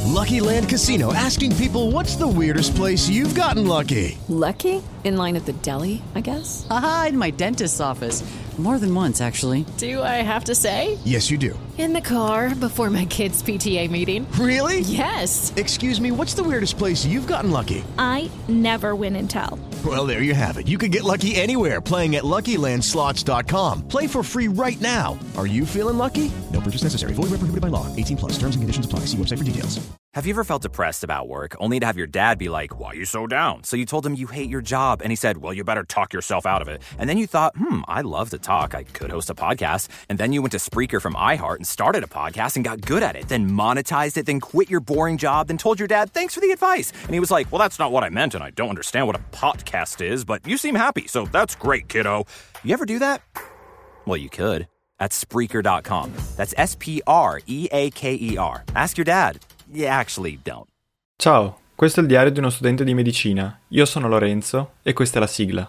Lucky Land Casino, asking people, what's the weirdest place you've gotten lucky? Lucky? In line at the deli, I guess? Aha, in my dentist's office. More than once, actually. Do I have to say? Yes, you do. In the car before my kids' PTA meeting. Really? Yes. Excuse me, what's the weirdest place you've gotten lucky? I never win and tell. Well, there you have it. You can get lucky anywhere, playing at LuckyLandSlots.com. Play for free right now. Are you feeling lucky? No purchase necessary. Void where prohibited by law. 18 plus. Terms and conditions apply. See website for details. Have you ever felt depressed about work, only to have your dad be like, "Why are you so down?" So you told him you hate your job, and he said, "Well, you better talk yourself out of it." And then you thought, I love to talk. I could host a podcast. And then you went to Spreaker from iHeart and started a podcast and got good at it, then monetized it, then quit your boring job, then told your dad, "Thanks for the advice." And he was like, "Well, that's not what I meant, and I don't understand what a podcast is, but you seem happy, so that's great, kiddo." You ever do that? Well, you could. At Spreaker.com. That's Spreaker. Ask your dad. You actually don't. Ciao, questo è il diario di uno studente di medicina. Io sono Lorenzo e questa è la sigla.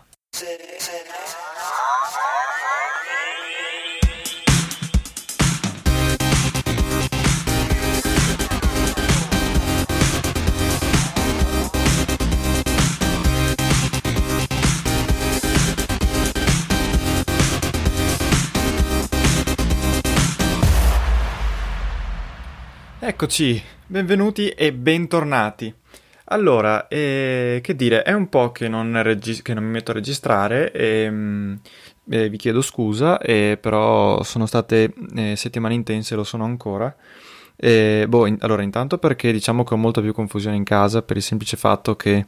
Eccoci, benvenuti e bentornati. Allora, che dire, è un po' che non mi metto a registrare e vi chiedo scusa, però sono state settimane intense, lo sono ancora. Allora, intanto perché diciamo che ho molta più confusione in casa per il semplice fatto che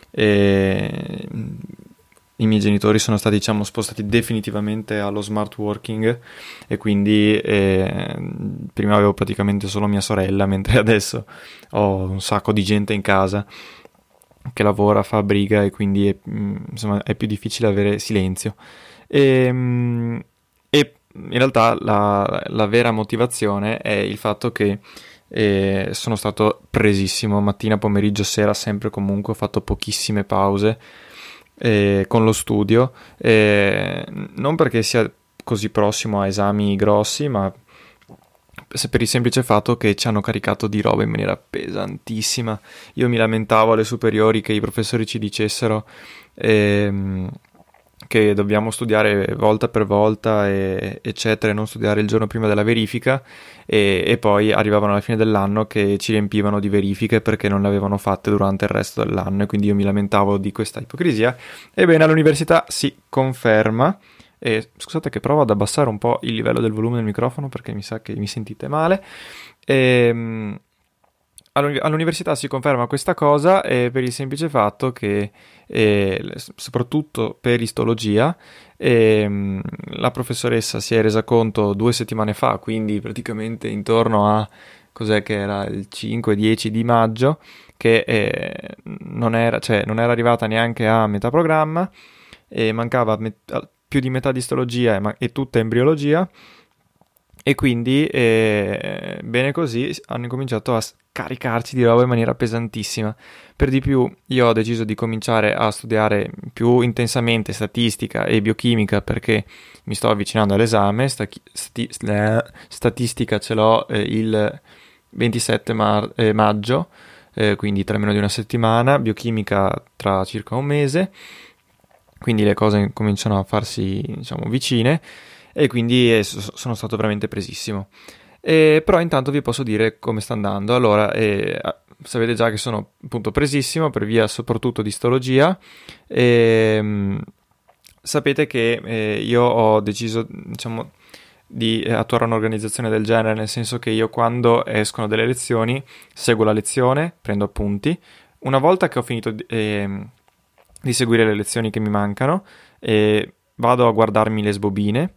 i miei genitori sono stati, spostati definitivamente allo smart working e quindi prima avevo praticamente solo mia sorella, mentre adesso ho un sacco di gente in casa che lavora, fa briga e quindi è più difficile avere silenzio. E in realtà la vera motivazione è il fatto che sono stato presissimo mattina, pomeriggio, sera, sempre comunque, ho fatto pochissime pause con lo studio, non perché sia così prossimo a esami grossi, ma per il semplice fatto che ci hanno caricato di roba in maniera pesantissima. Io mi lamentavo alle superiori che i professori ci dicessero che dobbiamo studiare volta per volta eccetera, e non studiare il giorno prima della verifica, e poi arrivavano alla fine dell'anno che ci riempivano di verifiche perché non le avevano fatte durante il resto dell'anno, e quindi io mi lamentavo di questa ipocrisia. Ebbene, all'università si conferma, e scusate che provo ad abbassare un po' il livello del volume del microfono perché mi sa che mi sentite male. All'università si conferma questa cosa per il semplice fatto che, soprattutto per istologia, la professoressa si è resa conto 2 settimane fa, quindi praticamente intorno a, cos'è che era, il 5-10 di maggio, che non era arrivata neanche a metà programma, e mancava più di metà di istologia e tutta embriologia. E quindi, bene così, hanno incominciato a caricarci di roba in maniera pesantissima. Per di più, io ho deciso di cominciare a studiare più intensamente statistica e biochimica perché mi sto avvicinando all'esame. Statistica ce l'ho il 27 maggio, quindi tra meno di una settimana. Biochimica tra circa un mese. Quindi le cose cominciano a farsi, vicine. E quindi sono stato veramente presissimo. Però intanto vi posso dire come sta andando. Allora, sapete già che sono appunto presissimo per via soprattutto di istologia. Sapete che io ho deciso, di attuare un'organizzazione del genere, nel senso che io, quando escono delle lezioni, seguo la lezione, prendo appunti. Una volta che ho finito di seguire le lezioni che mi mancano, vado a guardarmi le sbobine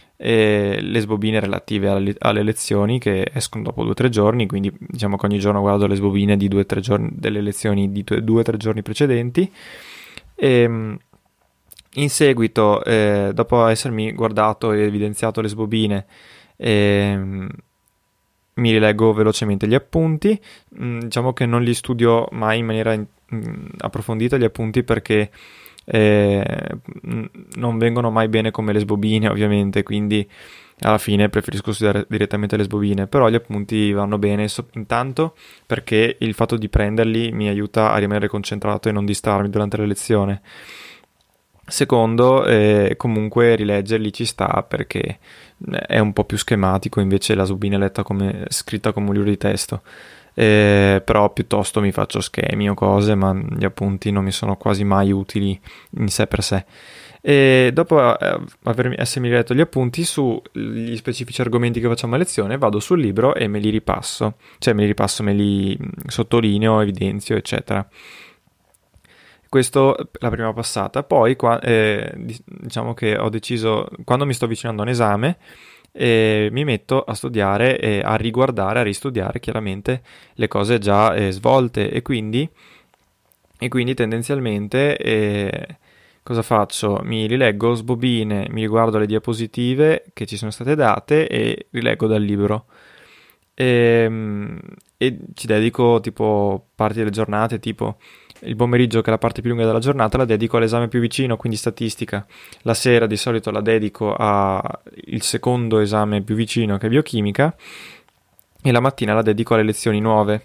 relative alle lezioni che escono dopo 2 o 3 giorni, quindi che ogni giorno guardo le sbobine di 2 o 3 giorni delle lezioni di 2 o 3 giorni precedenti. In seguito, dopo essermi guardato e evidenziato le sbobine, mi rileggo velocemente gli appunti. Che non li studio mai in maniera approfondita gli appunti, perché non vengono mai bene come le sbobine, ovviamente, quindi alla fine preferisco studiare direttamente le sbobine, però gli appunti vanno bene, intanto perché il fatto di prenderli mi aiuta a rimanere concentrato e non distrarmi durante la lezione. Secondo, comunque rileggerli ci sta perché è un po' più schematico, invece la sbobina è scritta come un libro di testo. Però piuttosto mi faccio schemi o cose, ma gli appunti non mi sono quasi mai utili in sé per sé. E dopo essermi letto gli appunti sugli specifici argomenti che facciamo a lezione, vado sul libro e me li ripasso, me li sottolineo, evidenzio, eccetera. Questo la prima passata. Poi diciamo che ho deciso, quando mi sto avvicinando a un esame, mi metto a studiare e a riguardare, a ristudiare chiaramente le cose già svolte, e quindi tendenzialmente cosa faccio? Mi rileggo sbobine, mi riguardo le diapositive che ci sono state date e rileggo dal libro. E ci dedico tipo parti delle giornate, tipo il pomeriggio, che è la parte più lunga della giornata, la dedico all'esame più vicino, quindi statistica. La sera di solito la dedico al secondo esame più vicino, che è biochimica, e la mattina la dedico alle lezioni nuove.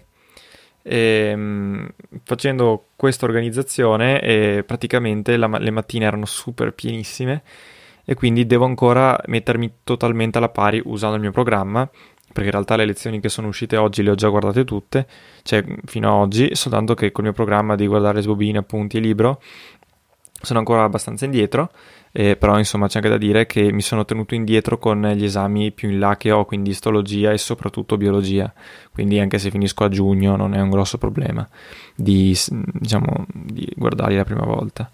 Facendo questa organizzazione, praticamente le mattine erano super pienissime, e quindi devo ancora mettermi totalmente alla pari usando il mio programma, perché in realtà le lezioni che sono uscite oggi le ho già guardate tutte, cioè fino ad oggi, soltanto che col mio programma di guardare sbobine, appunti e libro sono ancora abbastanza indietro, però insomma c'è anche da dire che mi sono tenuto indietro con gli esami più in là che ho, quindi istologia e soprattutto biologia, quindi anche se finisco a giugno non è un grosso problema di guardarli la prima volta.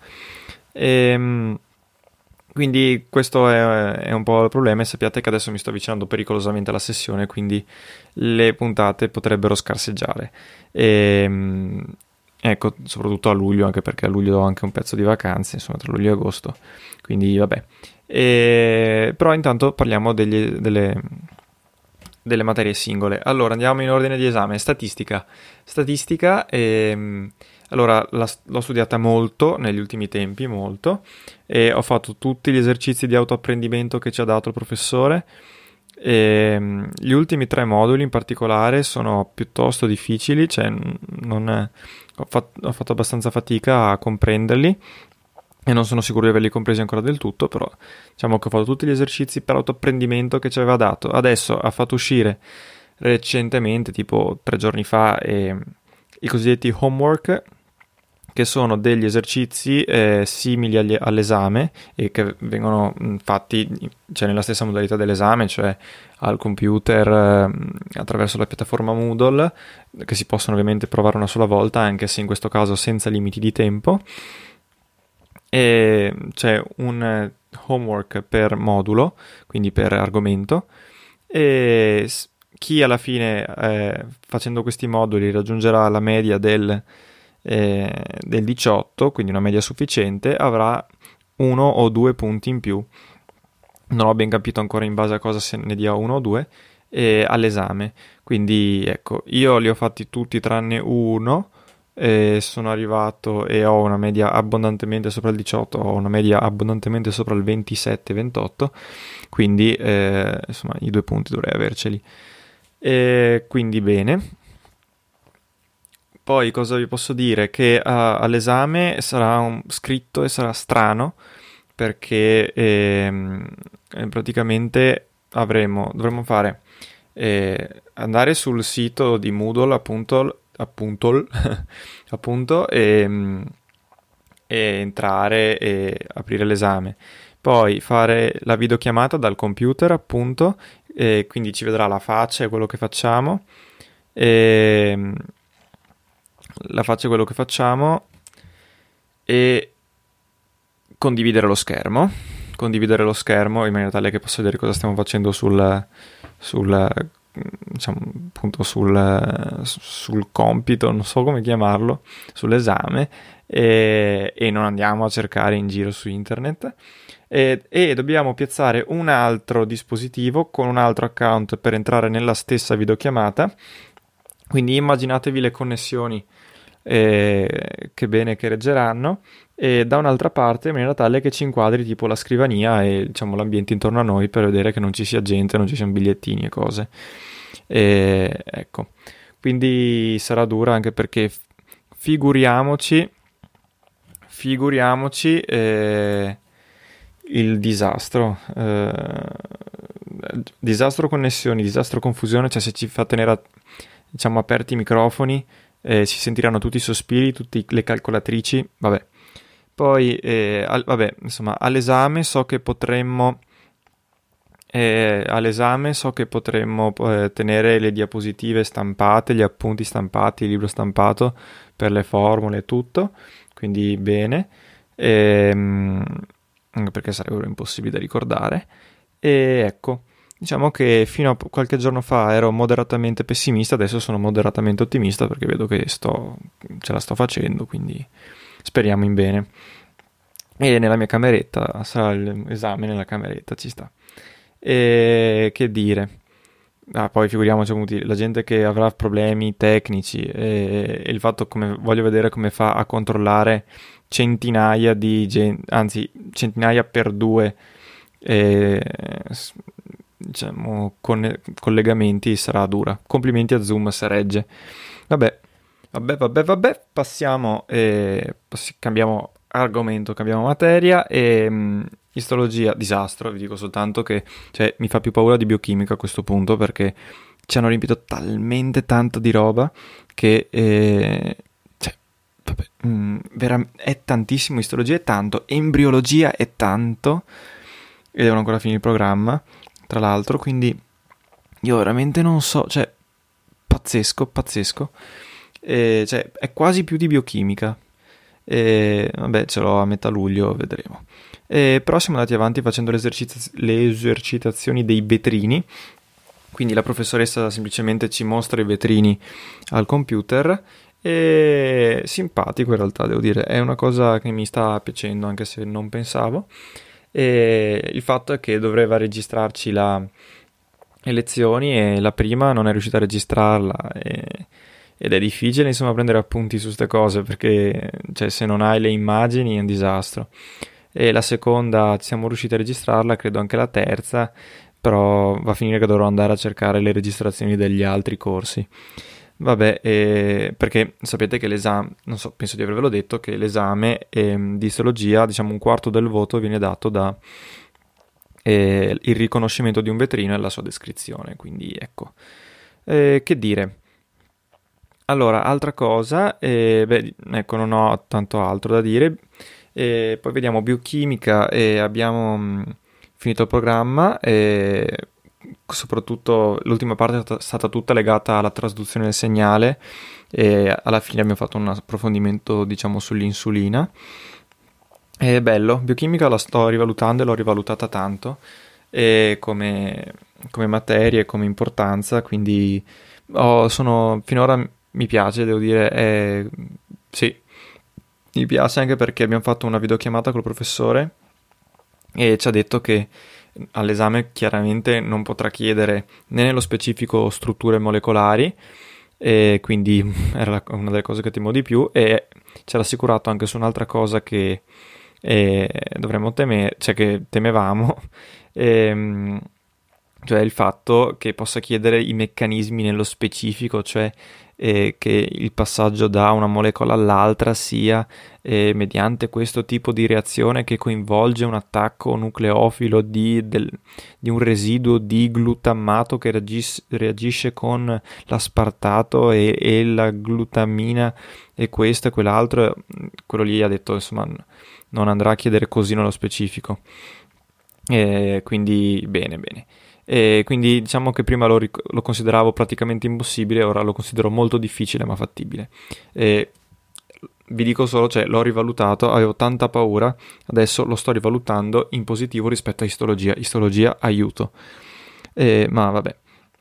Quindi questo è un po' il problema, e sappiate che adesso mi sto avvicinando pericolosamente alla sessione, quindi le puntate potrebbero scarseggiare. Ecco, soprattutto a luglio, anche perché a luglio ho anche un pezzo di vacanze, insomma, tra luglio e agosto, quindi vabbè. Però intanto parliamo delle materie singole. Allora, andiamo in ordine di esame. Statistica, allora l'ho studiata molto negli ultimi tempi, molto, e ho fatto tutti gli esercizi di autoapprendimento che ci ha dato il professore. Gli ultimi 3 moduli in particolare sono piuttosto difficili, cioè ho fatto abbastanza fatica a comprenderli, e non sono sicuro di averli compresi ancora del tutto, però diciamo che ho fatto tutti gli esercizi per autoapprendimento che ci aveva dato. Adesso ha fatto uscire recentemente, tipo 3 giorni fa, i cosiddetti homework, che sono degli esercizi simili all'esame, e che vengono fatti nella stessa modalità dell'esame, cioè al computer, attraverso la piattaforma Moodle, che si possono ovviamente provare una sola volta, anche se in questo caso senza limiti di tempo. E c'è un homework per modulo, quindi per argomento, e chi alla fine, facendo questi moduli, raggiungerà la media del 18, quindi una media sufficiente, avrà 1 o 2 punti in più. Non ho ben capito ancora in base a cosa se ne dia 1 o 2 all'esame. Quindi ecco, io li ho fatti tutti tranne uno, sono arrivato e ho una media abbondantemente sopra il 18, ho una media abbondantemente sopra il 27-28, quindi insomma i 2 punti dovrei averceli. Quindi bene. Poi cosa vi posso dire? Che all'esame sarà scritto e sarà strano, perché praticamente dovremo fare andare sul sito di Moodle appunto e entrare e aprire l'esame, poi fare la videochiamata dal computer, appunto, e quindi ci vedrà la faccia e quello che facciamo, e condividere lo schermo in maniera tale che possa vedere cosa stiamo facendo sul compito, non so come chiamarlo, sull'esame, e non andiamo a cercare in giro su internet, e dobbiamo piazzare un altro dispositivo con un altro account per entrare nella stessa videochiamata. Quindi immaginatevi le connessioni che bene che reggeranno, e da un'altra parte in maniera tale che ci inquadri tipo la scrivania e diciamo l'ambiente intorno a noi, per vedere che non ci sia gente, non ci siano bigliettini e cose. Ecco, quindi sarà dura, anche perché figuriamoci il disastro connessioni, disastro confusione, cioè se ci fa tenere diciamo aperti i microfoni, si sentiranno tutti i sospiri, tutte le calcolatrici, vabbè. Poi insomma all'esame so che potremmo tenere le diapositive stampate, gli appunti stampati, il libro stampato per le formule e tutto, quindi bene, anche perché sarebbero impossibili da ricordare. E ecco, diciamo che fino a qualche giorno fa ero moderatamente pessimista, adesso sono moderatamente ottimista perché vedo che ce la sto facendo, quindi speriamo in bene. E nella mia cameretta sarà l'esame, nella cameretta ci sta. E che dire, poi figuriamoci la gente che avrà problemi tecnici, e il fatto, come voglio vedere come fa a controllare centinaia centinaia per 2 diciamo collegamenti, sarà dura. Complimenti a Zoom se regge. Vabbè, passiamo, cambiamo argomento, cambiamo materia. Istologia, disastro, vi dico soltanto che mi fa più paura di biochimica a questo punto, perché ci hanno riempito talmente tanto di roba che è tantissimo. Istologia è tanto, embriologia è tanto, e devono ancora finire il programma, tra l'altro, quindi io veramente non so, pazzesco, è quasi più di biochimica. Vabbè, ce l'ho a metà luglio, vedremo. Però siamo andati avanti facendo le esercitazioni dei vetrini, quindi la professoressa semplicemente ci mostra i vetrini al computer, e simpatico in realtà, devo dire, è una cosa che mi sta piacendo, anche se non pensavo. E il fatto è che doveva registrarci le lezioni, e la prima non è riuscita a registrarla, ed è difficile insomma prendere appunti su queste cose, perché se non hai le immagini è un disastro. E la seconda siamo riusciti a registrarla, credo anche la terza, però va a finire che dovrò andare a cercare le registrazioni degli altri corsi. Vabbè, perché sapete che l'esame, non so, penso di avervelo detto, che l'esame di istologia, diciamo un quarto del voto viene dato da il riconoscimento di un vetrino e la sua descrizione, quindi ecco. Che dire? Allora, altra cosa, ecco, non ho tanto altro da dire. Poi vediamo biochimica, e abbiamo finito il programma, e soprattutto l'ultima parte è stata tutta legata alla trasduzione del segnale, e alla fine abbiamo fatto un approfondimento, diciamo, sull'insulina. È bello, biochimica la sto rivalutando, e l'ho rivalutata tanto, come materia e come importanza, quindi finora mi piace, devo dire, sì, mi piace, anche perché abbiamo fatto una videochiamata col professore e ci ha detto che all'esame chiaramente non potrà chiedere né nello specifico strutture molecolari, e quindi era una delle cose che temo di più, e ci ha rassicurato anche su un'altra cosa che dovremmo temere, che temevamo, cioè il fatto che possa chiedere i meccanismi nello specifico, cioè che il passaggio da una molecola all'altra sia mediante questo tipo di reazione che coinvolge un attacco nucleofilo di un residuo di glutammato che reagisce con l'aspartato e la glutamina, e questo e quell'altro. Quello lì ha detto, insomma, non andrà a chiedere così nello specifico, quindi bene. E quindi diciamo che prima lo consideravo praticamente impossibile, ora lo considero molto difficile ma fattibile. Vi dico solo, l'ho rivalutato, avevo tanta paura, adesso lo sto rivalutando in positivo rispetto a istologia aiuto, ma vabbè.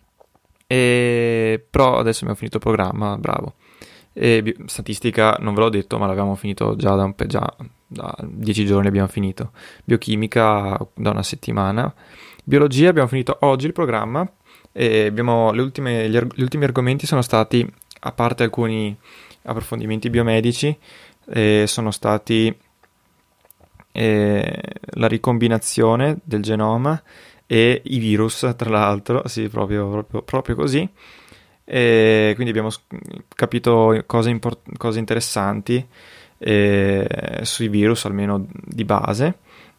Però adesso abbiamo finito il programma, bravo. Statistica non ve l'ho detto, ma l'avevamo finito già da 10 giorni, abbiamo finito. Biochimica da una settimana. Biologia abbiamo finito oggi il programma, e gli ultimi argomenti sono stati a parte alcuni approfondimenti biomedici, sono stati la ricombinazione del genoma e i virus, tra l'altro, sì, proprio così. E quindi abbiamo capito cose interessanti sui virus, almeno di base,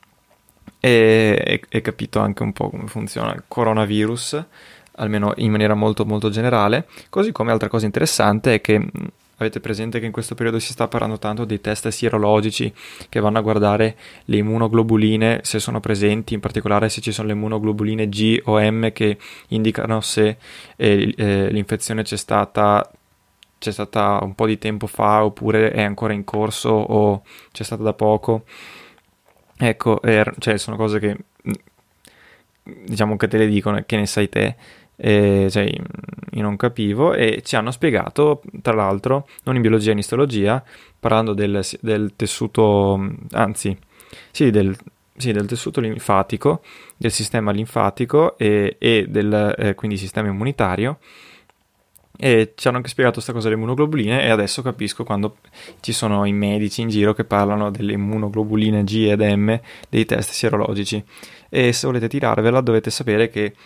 e capito anche un po' come funziona il coronavirus, almeno in maniera molto molto generale. Così come altra cosa interessante è che avete presente che in questo periodo si sta parlando tanto dei test sierologici che vanno a guardare le immunoglobuline, se sono presenti, in particolare se ci sono le immunoglobuline G o M, che indicano se l'infezione c'è stata un po' di tempo fa, oppure è ancora in corso, o c'è stata da poco. Ecco, cioè sono cose che diciamo che te le dicono, che ne sai te. Cioè, io non capivo, e ci hanno spiegato, tra l'altro, non in biologia e in istologia, parlando del tessuto, del tessuto linfatico, del sistema linfatico e del quindi sistema immunitario, e ci hanno anche spiegato questa cosa delle immunoglobuline, e adesso capisco quando ci sono i medici in giro che parlano delle immunoglobuline G ed M dei test sierologici. E se volete tirarvela dovete sapere che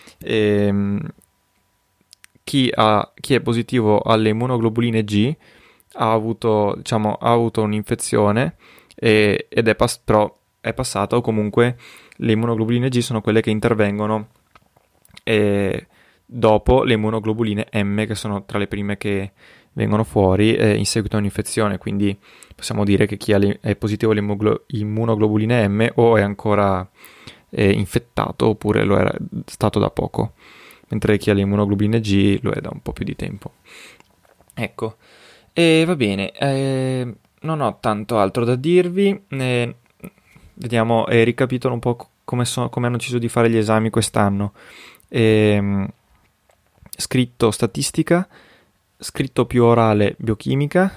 chi è positivo alle immunoglobuline G ha avuto un'infezione ed però è passata, o comunque le immunoglobuline G sono quelle che intervengono dopo le immunoglobuline M, che sono tra le prime che vengono fuori in seguito a un'infezione. Quindi possiamo dire che chi è positivo alle immunoglobuline M o è ancora infettato, oppure lo era stato da poco, mentre chi ha le immunoglobuline G lo è da un po' più di tempo. Ecco, e va bene, non ho tanto altro da dirvi. Vediamo e ricapitolo un po' come hanno deciso di fare gli esami quest'anno. Scritto statistica, scritto più orale biochimica,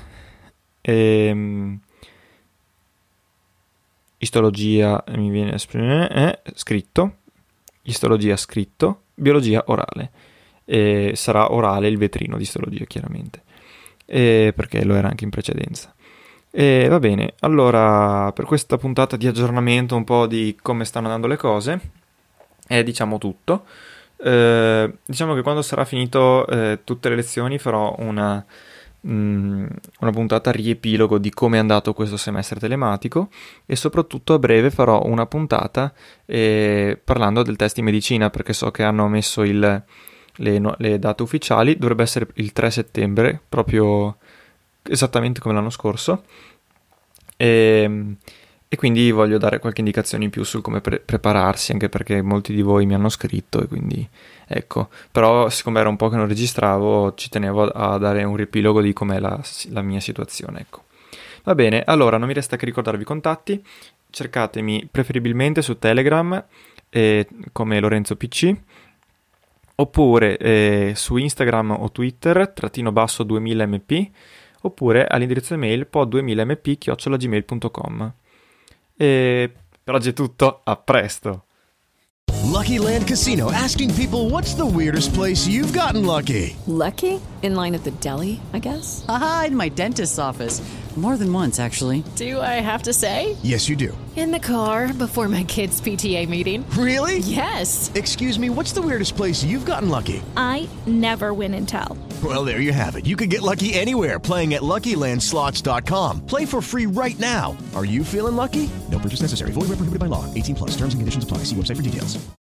istologia mi viene scritto, istologia scritto, biologia orale. Sarà orale il vetrino di istologia, chiaramente, perché lo era anche in precedenza. Va bene, allora per questa puntata di aggiornamento un po' di come stanno andando le cose è diciamo tutto. Diciamo che quando sarà finito tutte le lezioni farò una puntata riepilogo di come è andato questo semestre telematico, e soprattutto a breve farò una puntata parlando del test di medicina, perché so che hanno messo le date ufficiali, dovrebbe essere il 3 settembre, proprio esattamente come l'anno scorso, e quindi voglio dare qualche indicazione in più su come prepararsi, anche perché molti di voi mi hanno scritto, e quindi ecco. Però siccome era un po' che non registravo, ci tenevo a dare un riepilogo di com'è la mia situazione, ecco. Va bene, allora non mi resta che ricordarvi i contatti. Cercatemi preferibilmente su Telegram come Lorenzo PC, oppure su Instagram o Twitter _2000mp, oppure all'indirizzo email pod2000mp@gmail.com. E per oggi è tutto, a presto. Lucky Land Casino, asking people, what's the weirdest place you've gotten lucky? Lucky? In line at the deli, I guess? Aha, in my dentist's office. More than once, actually. Do I have to say? Yes, you do. In the car before my kids' PTA meeting. Really? Yes. Excuse me, what's the weirdest place you've gotten lucky? I never win and tell. Well, there you have it. You can get lucky anywhere, playing at LuckyLandSlots.com. Play for free right now. Are you feeling lucky? No purchase necessary. Void where prohibited by law. 18+. Terms and conditions apply. See website for details.